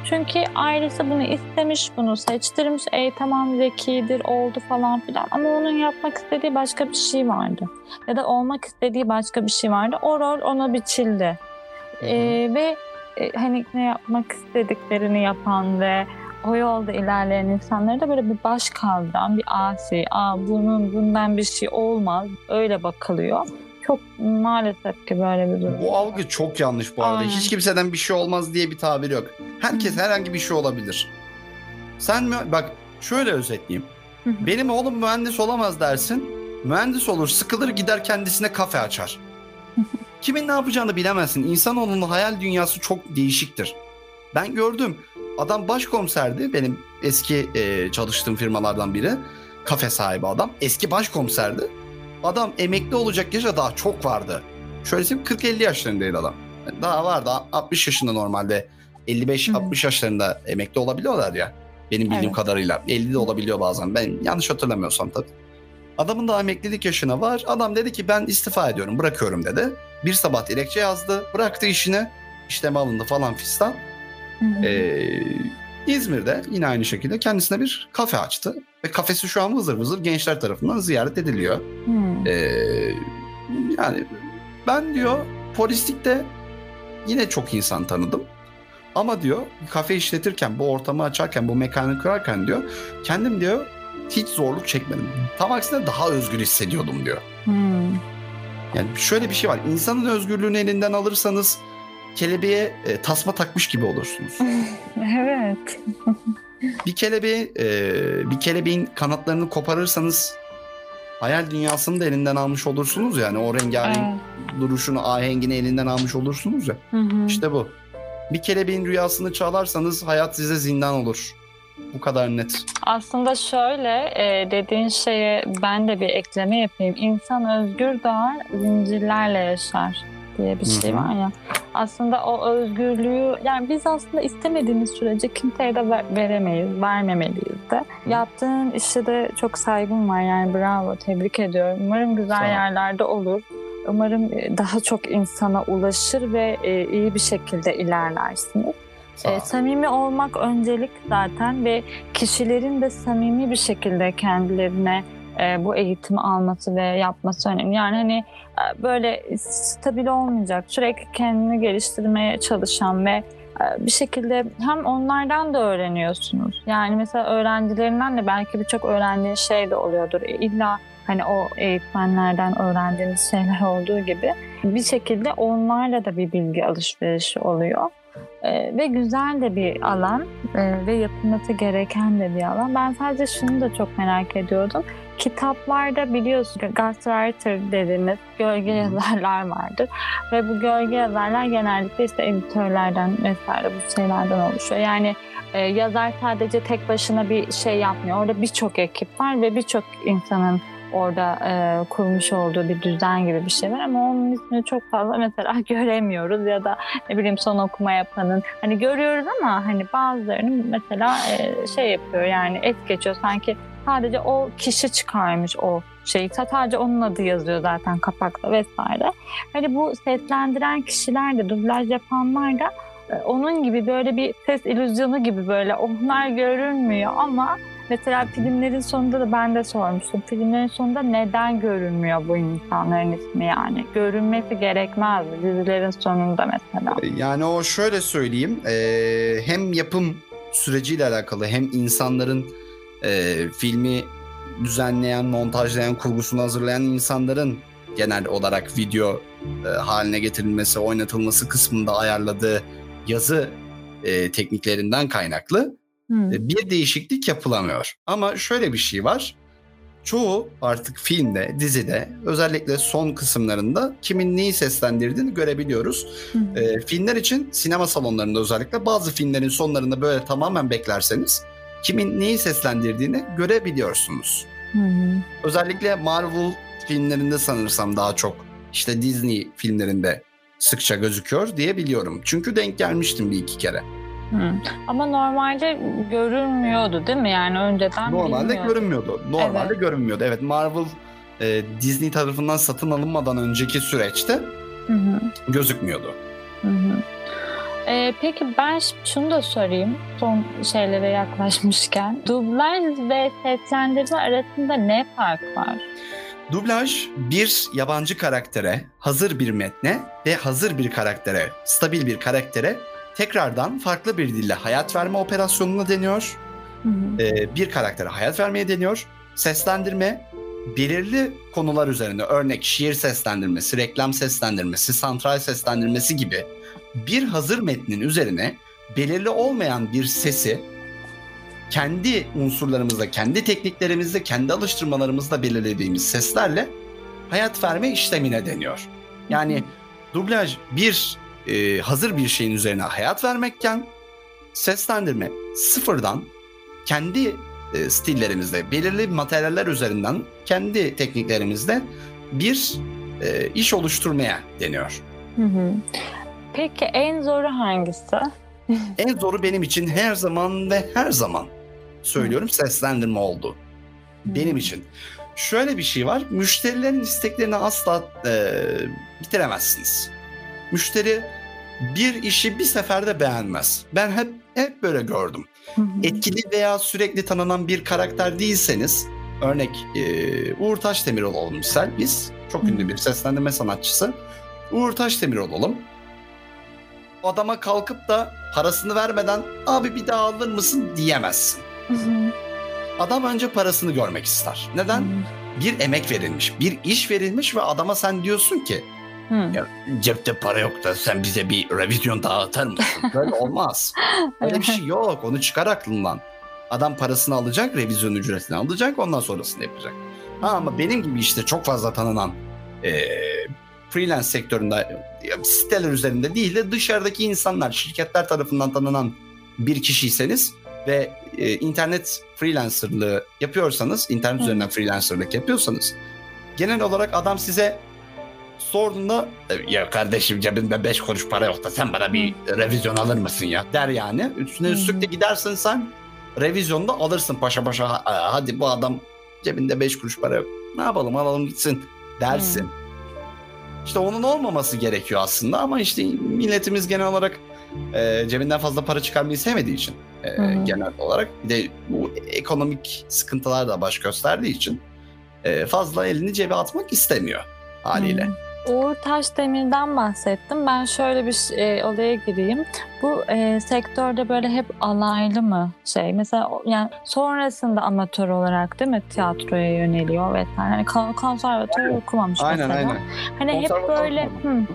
Çünkü ailesi bunu istemiş, bunu seçtirmiş. Tamam zekidir, oldu falan filan. Ama onun yapmak istediği başka bir şey vardı. Ya da olmak istediği başka bir şey vardı. O rol ona biçildi. Ve hani ne yapmak istediklerini yapan ve o yolda ilerleyen insanlara da böyle bir baş kaldıran, bir asi, bundan bir şey olmaz, öyle bakılıyor. Çok maalesef ki böyle bir durum. Bu algı çok yanlış bu arada. Aynen. Hiç kimseden bir şey olmaz diye bir tabir yok. Herkes herhangi bir şey olabilir. Sen bak şöyle özetleyeyim. Benim oğlum mühendis olamaz dersin. Mühendis olur, sıkılır, gider kendisine kafe açar. Kimin ne yapacağını bilemezsin. İnsanoğlunun hayal dünyası çok değişiktir. Ben gördüm. Adam başkomiserdi. Benim eski çalıştığım firmalardan biri. Kafe sahibi adam. Eski başkomiserdi. Adam emekli olacak yaşa daha çok vardı. Şöyle söyleyeyim, 40-50 yaşlarındaydı adam. Daha vardı. 60 yaşında normalde. 55-60 yaşlarında emekli olabiliyorlar ya. Benim bildiğim kadarıyla. 50 de olabiliyor bazen. Ben yanlış hatırlamıyorsam tabii. Adamın da emeklilik yaşına var. Adam dedi ki ben istifa ediyorum, bırakıyorum dedi. Bir sabah dilekçe yazdı. Bıraktı işini. İşleme alındı falan fistan. İzmir'de yine aynı şekilde kendisine bir kafe açtı. Ve kafesi şu an vızır vızır gençler tarafından ziyaret ediliyor. Yani ben diyor polislikte yine çok insan tanıdım. Ama diyor kafe işletirken, bu ortamı açarken, bu mekanı kurarken diyor kendim diyor hiç zorluk çekmedim. Tam aksine daha özgür hissediyordum diyor. Yani şöyle bir şey var. İnsanın özgürlüğünü elinden alırsanız kelebeğe tasma takmış gibi olursunuz. Evet. Bir kelebeğin kanatlarını koparırsanız hayal dünyasını da elinden almış olursunuz yani. O rengarenk duruşunu, ahengini elinden almış olursunuz ya. İşte bu. Bir kelebeğin rüyasını çalarsanız hayat size zindan olur. Bu kadar net. Aslında şöyle dediğin şeye ben de bir ekleme yapayım. İnsan özgür doğar, zincirlerle yaşar diye bir şey var ya. Aslında o özgürlüğü yani biz aslında istemediğimiz sürece kimseye de veremeyiz, vermemeliyiz de. Yaptığın işe de çok saygım var yani bravo, tebrik ediyorum. Umarım güzel yerlerde olur. Umarım daha çok insana ulaşır ve iyi bir şekilde ilerlersiniz. Samimi olmak öncelik zaten ve kişilerin de samimi bir şekilde kendilerine bu eğitimi alması ve yapması önemli. Yani hani böyle stabil olmayacak, sürekli kendini geliştirmeye çalışan ve bir şekilde hem onlardan da öğreniyorsunuz. Yani mesela öğrencilerinden de belki birçok öğrendiğin şey de oluyordur. İlla hani o eğitmenlerden öğrendiğiniz şeyler olduğu gibi bir şekilde onlarla da bir bilgi alışverişi oluyor. Ve güzel de bir alan ve yapılması gereken de bir alan. Ben sadece şunu da çok merak ediyordum. Kitaplarda biliyorsun ghostwriter dediğimiz gölge yazarlar vardır. Ve bu gölge yazarlar genellikle işte editörlerden vesaire bu şeylerden oluşuyor. Yani yazar sadece tek başına bir şey yapmıyor. Orada birçok ekip var ve birçok insanın orada kurmuş olduğu bir düzen gibi bir şey var ama onun ismini çok fazla mesela göremiyoruz ya da ne bileyim son okuma yapanın hani görüyoruz ama hani bazılarının mesela şey yapıyor yani es geçiyor sanki sadece o kişi çıkarmış o şeyi sadece onun adı yazıyor zaten kapakta vesaire. Hani bu seslendiren kişiler de dublaj yapanlar da onun gibi böyle bir ses illüzyonu gibi böyle onlar görünmüyor ama mesela filmlerin sonunda da ben de sormuştum. Filmlerin sonunda neden görünmüyor bu insanların ismi yani? Görünmesi gerekmez mi? Dizilerin sonunda mesela. Yani o şöyle söyleyeyim. Hem yapım süreciyle alakalı hem insanların filmi düzenleyen, montajlayan, kurgusunu hazırlayan insanların genel olarak video haline getirilmesi, oynatılması kısmında ayarladığı yazı tekniklerinden kaynaklı bir değişiklik yapılamıyor. Ama şöyle bir şey var. Çoğu artık filmde, dizide özellikle son kısımlarında kimin neyi seslendirdiğini görebiliyoruz. Filmler için sinema salonlarında özellikle bazı filmlerin sonlarında böyle tamamen beklerseniz kimin neyi seslendirdiğini görebiliyorsunuz. Özellikle Marvel filmlerinde sanırsam daha çok işte Disney filmlerinde sıkça gözüküyor diye biliyorum. Çünkü denk gelmiştim bir iki kere. Ama normalde görünmüyordu değil mi? Yani önceden normalde görünmüyordu. Normalde görünmüyordu. Evet, Marvel Disney tarafından satın alınmadan önceki süreçte gözükmüyordu. Peki ben şunu da sorayım son şeylere yaklaşmışken. Dublaj ve seslendirme arasında ne fark var? Dublaj bir yabancı karaktere, hazır bir metne ve hazır bir karaktere, stabil bir karaktere tekrardan farklı bir dille hayat verme operasyonuna deniyor. Bir karaktere hayat vermeye deniyor. Seslendirme belirli konular üzerine, örnek şiir seslendirmesi, reklam seslendirmesi, santral seslendirmesi gibi bir hazır metnin üzerine belirli olmayan bir sesi kendi unsurlarımızla, kendi tekniklerimizle, kendi alıştırmalarımızla belirlediğimiz seslerle hayat verme işlemine deniyor. Yani dublaj bir hazır bir şeyin üzerine hayat vermekken, seslendirme sıfırdan kendi stillerimizle, belirli materyaller üzerinden kendi tekniklerimizle bir iş oluşturmaya deniyor. Peki en zoru hangisi? En zoru benim için her zaman ve her zaman söylüyorum seslendirme oldu. Benim için. Şöyle bir şey var. Müşterilerin isteklerini asla bitiremezsiniz. Müşteri bir işi bir seferde beğenmez. Ben hep böyle gördüm. Etkili veya sürekli tanınan bir karakter değilseniz, örnek Uğur Taşdemir olalım misal, biz çok ünlü bir seslendirme sanatçısı. Uğur Taşdemir olalım. O adama kalkıp da parasını vermeden abi bir daha alır mısın diyemezsin. Adam önce parasını görmek ister. Neden? Bir emek verilmiş, bir iş verilmiş ve adama sen diyorsun ki ya, cepte para yok da sen bize bir revizyon daha atar mısın? Böyle olmaz. Öyle bir şey yok. Onu çıkar aklından. Adam parasını alacak, revizyon ücretini alacak, ondan sonrasını yapacak. Ama benim gibi işte çok fazla tanınan freelance sektöründe, siteler üzerinde değil de dışarıdaki insanlar, şirketler tarafından tanınan bir kişiyseniz ve internet freelancerlığı yapıyorsanız, internet üzerinden freelancerlık yapıyorsanız, genel olarak adam size sorduğunda ya kardeşim cebinde 5 kuruş para yok da sen bana bir revizyon alır mısın ya der yani. Üstüne üstlük de gidersin sen revizyonda alırsın paşa paşa, hadi bu adam cebinde 5 kuruş para yok, ne yapalım alalım gitsin dersin. İşte onun olmaması gerekiyor aslında ama işte milletimiz genel olarak cebinden fazla para çıkarmayı sevmediği için genel olarak, bir de bu ekonomik sıkıntılar da baş gösterdiği için fazla elini cebe atmak istemiyor haliyle. Uğur Taşdemir'den bahsettim. Ben şöyle bir olaya gireyim. Bu sektörde böyle hep alaylı mı şey? Mesela yani sonrasında amatör olarak değil mi tiyatroya yöneliyor vesaire. Hani konservatuvar okumamış mesela. Aynen. Hani hep böyle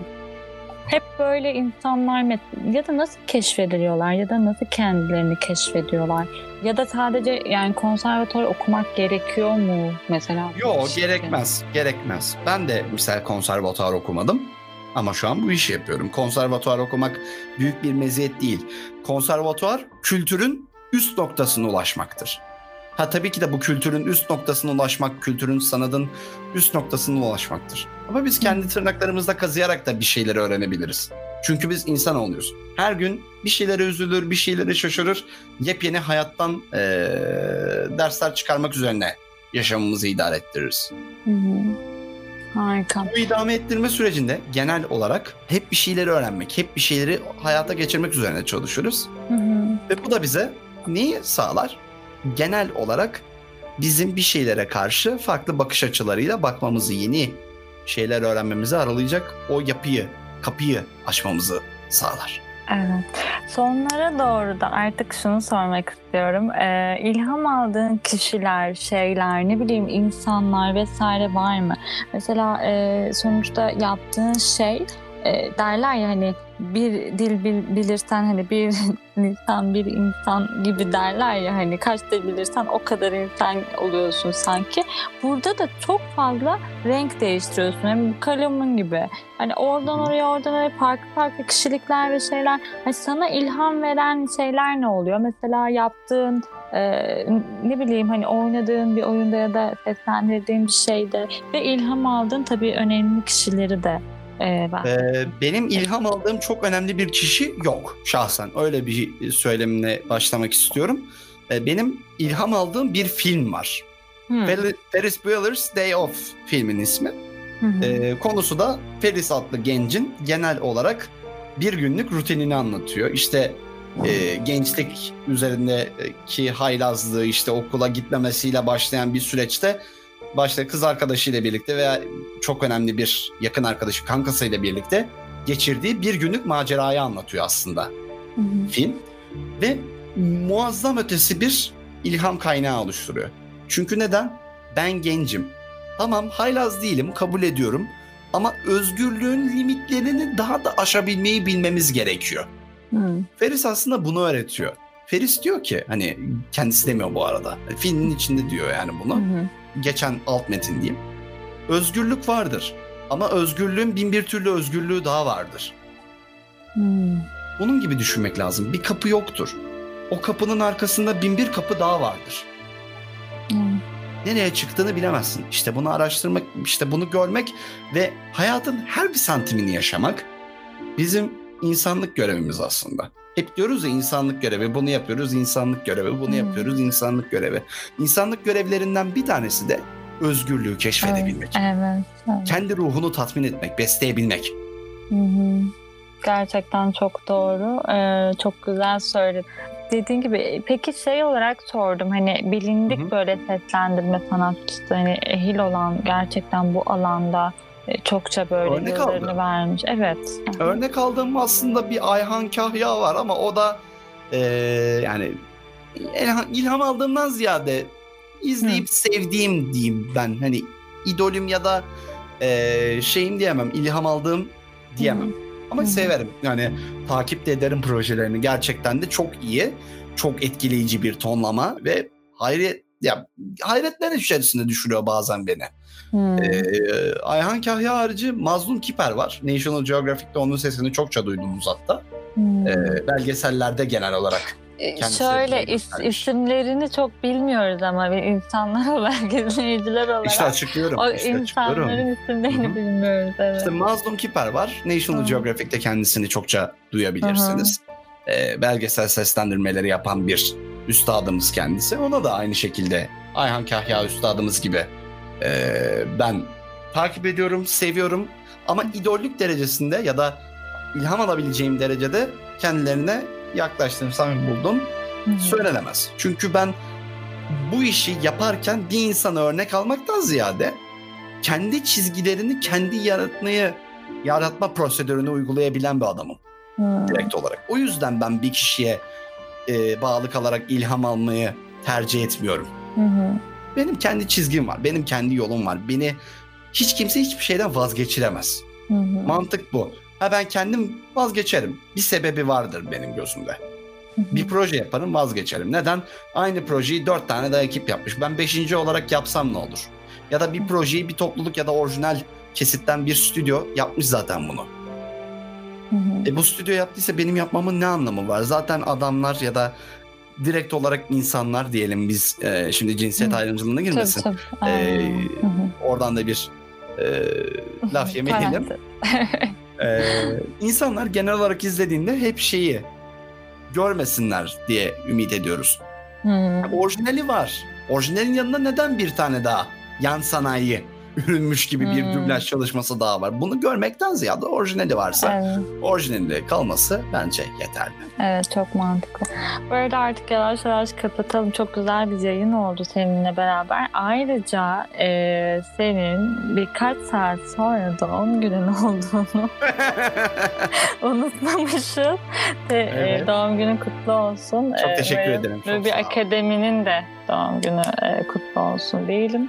hep böyle insanlar ya da nasıl keşfediliyorlar ya da nasıl kendilerini keşfediyorlar ya da sadece yani konservatuvar okumak gerekiyor mu mesela? Yok, gerekmez. Ben de mesela konservatuvar okumadım ama şu an bu işi yapıyorum. Konservatuvar okumak büyük bir meziyet değil. Konservatuvar kültürün üst noktasına ulaşmaktır. Tabii ki de bu kültürün üst noktasına ulaşmak, kültürün, sanatın üst noktasına ulaşmaktır. Ama biz kendi tırnaklarımızla kazıyarak da bir şeyleri öğrenebiliriz. Çünkü biz insan oluyoruz. Her gün bir şeylere üzülür, bir şeylere şaşırır. Yepyeni hayattan dersler çıkarmak üzerine yaşamımızı idare ettiririz. Harika. Bu idame ettirme sürecinde genel olarak hep bir şeyleri öğrenmek, hep bir şeyleri hayata geçirmek üzerine çalışıyoruz. Ve bu da bize neyi sağlar? Genel olarak bizim bir şeylere karşı farklı bakış açılarıyla bakmamızı, yeni şeyler öğrenmemizi aralayacak o kapıyı açmamızı sağlar. Evet. Sonlara doğru da artık şunu sormak istiyorum. İlham aldığın kişiler, şeyler, ne bileyim insanlar vesaire var mı? Mesela sonuçta yaptığın şey derler ya hani bir dil bilirsen hani bir lisan bir insan gibi derler ya hani kaç dil bilirsen o kadar insan oluyorsun sanki. Burada da çok fazla renk değiştiriyorsun. Hem kalemin gibi. Hani oradan oraya farklı kişilikler ve şeyler. Hani sana ilham veren şeyler ne oluyor? Mesela yaptığın ne bileyim hani oynadığın bir oyunda ya da seslendirdiğin bir şeyde ve ilham aldığın tabii önemli kişileri de benim ilham aldığım çok önemli bir kişi yok şahsen. Öyle bir söylemle başlamak istiyorum. Benim ilham aldığım bir film var. Ferris Bueller's Day Off filmin ismi. Konusu da Ferris adlı gencin genel olarak bir günlük rutinini anlatıyor. İşte gençlik üzerindeki haylazlığı, işte okula gitmemesiyle başlayan bir süreçte başta kız arkadaşıyla birlikte veya çok önemli bir yakın arkadaşı, kankasıyla birlikte geçirdiği bir günlük macerayı anlatıyor aslında film. Ve muazzam ötesi bir ilham kaynağı oluşturuyor. Çünkü neden? Ben gencim. Tamam, haylaz değilim, kabul ediyorum. Ama özgürlüğün limitlerini daha da aşabilmeyi bilmemiz gerekiyor. Ferris aslında bunu öğretiyor. Ferris diyor ki, hani kendisi demiyor bu arada, filmin içinde diyor yani bunu. Geçen alt metin diyeyim. Özgürlük vardır ama özgürlüğün bin bir türlü özgürlüğü daha vardır. Bunun gibi düşünmek lazım. Bir kapı yoktur. O kapının arkasında bin bir kapı daha vardır. Nereye çıktığını bilemezsin. İşte bunu araştırmak, işte bunu görmek ve hayatın her bir santimini yaşamak bizim insanlık görevimiz aslında. Hep diyoruz ya, insanlık görevi, bunu yapıyoruz, insanlık görevi, bunu yapıyoruz, insanlık görevi. İnsanlık görevlerinden bir tanesi de özgürlüğü keşfedebilmek. Evet. Kendi ruhunu tatmin etmek, besleyebilmek. Gerçekten çok doğru. Çok güzel söyledin. Dediğin gibi, peki şey olarak sordum, hani bilindik böyle seslendirme sanatçısı, hani ehil olan, gerçekten bu alanda çokça böyle yıllarını vermiş. Evet. Örnek aldığım aslında bir Ayhan Kahya var ama o da yani ilham aldığımdan ziyade izleyip sevdiğim diyeyim ben. Hani idolüm ya da şeyim diyemem, ilham aldığım diyemem. Ama severim. Yani takip de ederim projelerini. Gerçekten de çok iyi, çok etkileyici bir tonlama ve hayretler içerisinde düşürüyor bazen beni. Ayhan Kahya harici Mazlum Kiper var. National Geographic'te onun sesini çokça duydunuz hatta. Belgesellerde genel olarak. Şöyle isimlerini çok bilmiyoruz ama insanlar olarak, izleyiciler olarak İşte açıklıyorum. O insanların isimlerini bilmiyoruz. Evet. İşte Mazlum Kiper var. National Geographic'te kendisini çokça duyabilirsiniz. Belgesel seslendirmeleri yapan bir üstadımız kendisi. Ona da aynı şekilde Ayhan Kahya üstadımız gibi ben takip ediyorum, seviyorum. Ama idollük derecesinde ya da ilham alabileceğim derecede kendilerine yaklaştığım, samimi buldum söylenemez. Çünkü ben bu işi yaparken bir insana örnek almaktan ziyade kendi çizgilerini kendi yaratma prosedürünü uygulayabilen bir adamım direkt olarak. O yüzden ben bir kişiye bağlı kalarak ilham almayı tercih etmiyorum. Benim kendi çizgim var, benim kendi yolum var. Beni hiç kimse hiçbir şeyden vazgeçiremez. Mantık bu. Ben kendim vazgeçerim. Bir sebebi vardır benim gözümde. Bir proje yaparım, vazgeçerim. Neden? Aynı projeyi 4 tane daha ekip yapmış. Ben 5. olarak yapsam ne olur? Ya da bir projeyi bir topluluk ya da orijinal kesitten bir stüdyo yapmış zaten bunu. Bu stüdyo yaptıysa benim yapmamın ne anlamı var? Zaten adamlar ya da direkt olarak insanlar diyelim biz, şimdi cinsiyet ayrımcılığına girmesin. Tabii. Oradan da bir laf yemeyelim. İnsanlar genel olarak izlediğinde hep şeyi görmesinler diye ümit ediyoruz. Orijinali var. Orijinalin yanında neden bir tane daha yan sanayi ürünmüş gibi bir dublaj çalışması daha var? Bunu görmekten ziyade orijinali varsa orijinali kalması bence yeterli. Evet, çok mantıklı. Böyle artık yavaş yavaş kapatalım. Çok güzel bir yayın oldu seninle beraber. Ayrıca senin birkaç saat sonra doğum günün olduğunu unutmamışız. Doğum günün kutlu olsun. Çok teşekkür ederim. Çok bir akademinin de doğum günü kutlu olsun diyelim.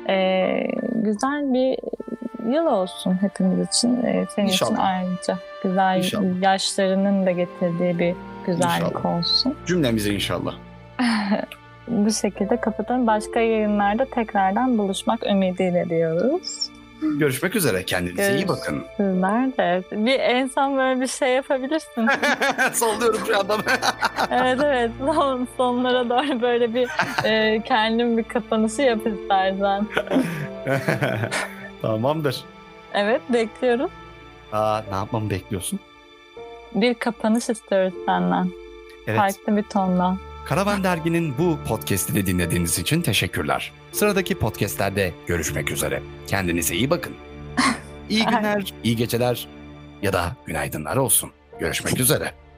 Güzel bir yıl olsun hepimiz için. Senin İnşallah. için ayrıca güzel İnşallah. Yaşlarının da getirdiği bir güzellik İnşallah. Olsun. Cümlemize inşallah. Bu şekilde kapatalım. Başka yayınlarda tekrardan buluşmak ümidiyle diyoruz. Görüşmek üzere. Kendinize iyi bakın. Sizler de. Bir en son böyle bir şey yapabilirsin. Sallıyorum şu anda. Evet. Sonlara doğru böyle bir kendim bir kapanışı yap istersen. Tamamdır. Evet, bekliyoruz. Ne yapmamı bekliyorsun? Bir kapanış istiyoruz senden. Evet. Farklı bir tonla. Karavan Dergi'nin bu podcast'ini dinlediğiniz için teşekkürler. Sıradaki podcast'lerde görüşmek üzere. Kendinize iyi bakın. İyi günler, iyi geceler ya da günaydınlar olsun. Görüşmek üzere.